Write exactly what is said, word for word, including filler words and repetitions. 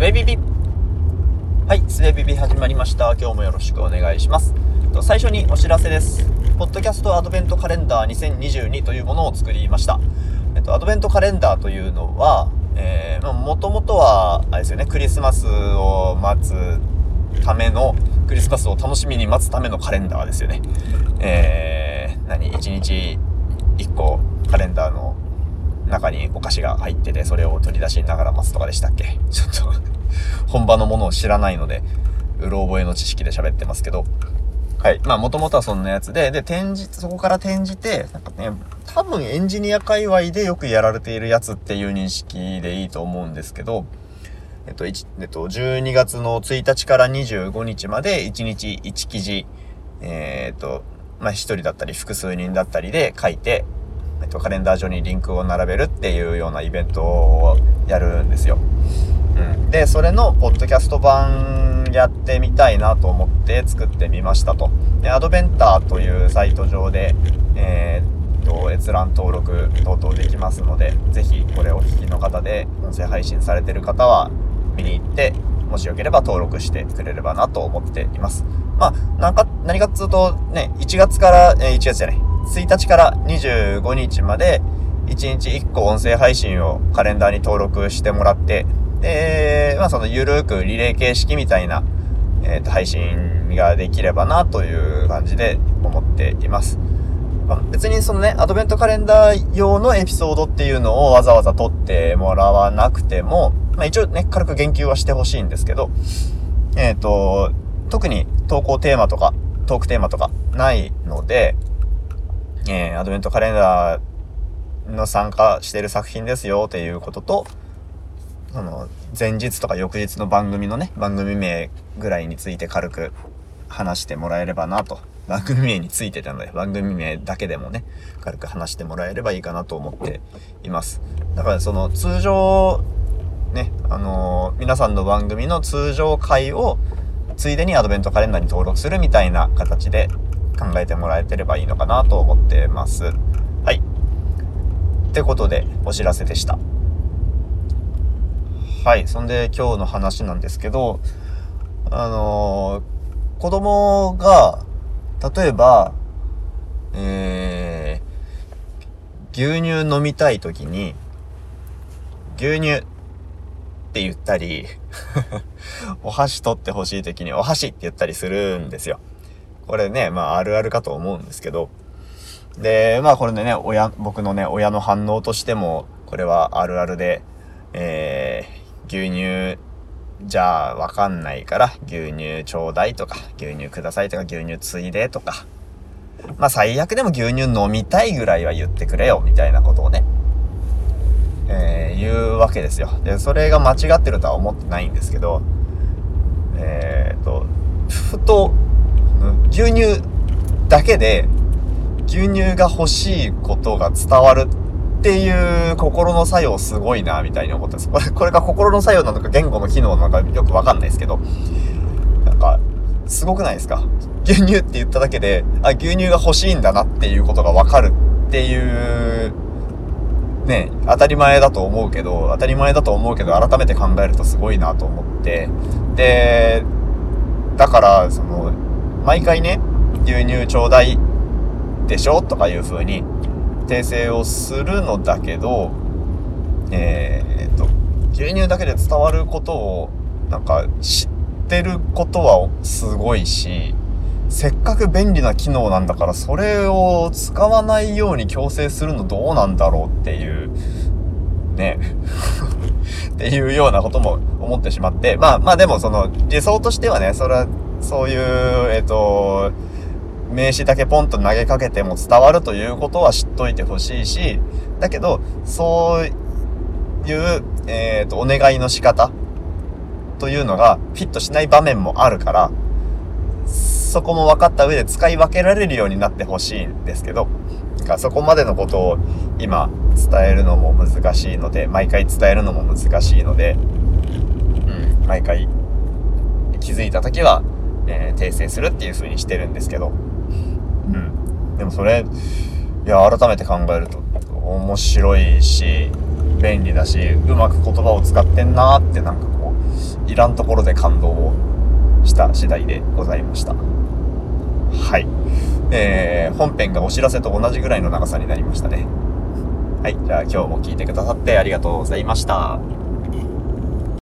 べビビはいすべビビ始まりました。今日もよろしくお願いします。最初にお知らせです。ポッドキャストアドベントカレンダーにせんにじゅうにというものを作りました。えっと、アドベントカレンダーというのは、えー、もともとはあれですよね、クリスマスを待つためのクリスマスを楽しみに待つためのカレンダーですよね。えー、何いちにちいっこカレンダーの中にお菓子が入ってて、それを取り出しながら待つとかでしたっけ。ちょっと本場のものを知らないのでうろ覚えの知識で喋ってますけど、はい、まあもともとはそんなやつで、で転じそこから転じてなんかね、多分エンジニア界隈でよくやられているやつっていう認識でいいと思うんですけど、えっと、えっと、じゅうにがつのついたちからにじゅうごにちまでいちにちいち記事、えー、っとまあひとりだったり複数人だったりで書いて、えっと、カレンダー上にリンクを並べるっていうようなイベントをやるんですよ。うん、でそれのポッドキャスト版やってみたいなと思って作ってみましたと。でアドベンターというサイト上で、えー、っと閲覧登録等々できますので、ぜひこれをお聞きの方で音声配信されてる方は見に行って、もしよければ登録してくれればなと思っています。まあなんか何かっつうとね、いちがつから、えー、いちがつじゃないついたちからにじゅうごにちまでいちにちいっこ音声配信をカレンダーに登録してもらって、で、まあそのゆるーくリレー形式みたいな、えー、と配信ができればなという感じで思っています。まあ、別にそのね、アドベントカレンダー用のエピソードっていうのをわざわざ撮ってもらわなくても、まあ一応ね、軽く言及はしてほしいんですけど、えっと、特に投稿テーマとか、トークテーマとかないので、えー、アドベントカレンダーの参加している作品ですよっていうことと、その前日とか翌日の番組のね、番組名ぐらいについて軽く話してもらえればなと。番組名についてなので、番組名だけでもね、軽く話してもらえればいいかなと思っています。だからその通常ね、あのー、皆さんの番組の通常回をついでにアドベントカレンダーに登録するみたいな形で考えてもらえてればいいのかなと思ってます。はい。ってことでお知らせでした。はい。そんで今日の話なんですけど、あのー、子供が例えば、えー、牛乳飲みたいときに牛乳って言ったりお箸取ってほしいときにお箸って言ったりするんですよ。これね、まああるあるかと思うんですけど、でまあこれでね、親僕のね親の反応としてもこれはあるあるで、えー、牛乳じゃあわかんないから牛乳ちょうだいとか牛乳くださいとか牛乳ついでとか、まあ最悪でも牛乳飲みたいぐらいは言ってくれよみたいなことをね、えー、言うわけですよ。でそれが間違ってるとは思ってないんですけど、えーとふと牛乳だけで牛乳が欲しいことが伝わるっていう心の作用すごいなみたいに思ったんです。これ、これが心の作用なのか言語の機能なのかよくわかんないですけど、なんかすごくないですか。牛乳って言っただけで、あ、牛乳が欲しいんだなっていうことがわかるっていうね、当たり前だと思うけど当たり前だと思うけど改めて考えるとすごいなと思って、でだからその毎回ね、牛乳ちょうだいでしょとかいう風に訂正をするのだけど、えー、っと牛乳だけで伝わることをなんか知ってることはすごいし、せっかく便利な機能なんだからそれを使わないように強制するのどうなんだろうっていうねっていうようなことも思ってしまって、まあまあでもその理想としてはね、それはそういうえっと名詞だけポンと投げかけても伝わるということは知っといてほしいし、だけどそういう、えー、とお願いの仕方というのがフィットしない場面もあるから、そこも分かった上で使い分けられるようになってほしいんですけど、なんかそこまでのことを今伝えるのも難しいので、毎回伝えるのも難しいので、うん、毎回気づいた時は、えー、訂正するっていう風にしてるんですけど、うん、でもそれいや改めて考えると面白いし便利だし、うまく言葉を使ってんなーってなんかこういらんところで感動をした次第でございました。はい、えー、本編がお知らせと同じぐらいの長さになりましたね。はい、じゃあ今日も聞いてくださってありがとうございました。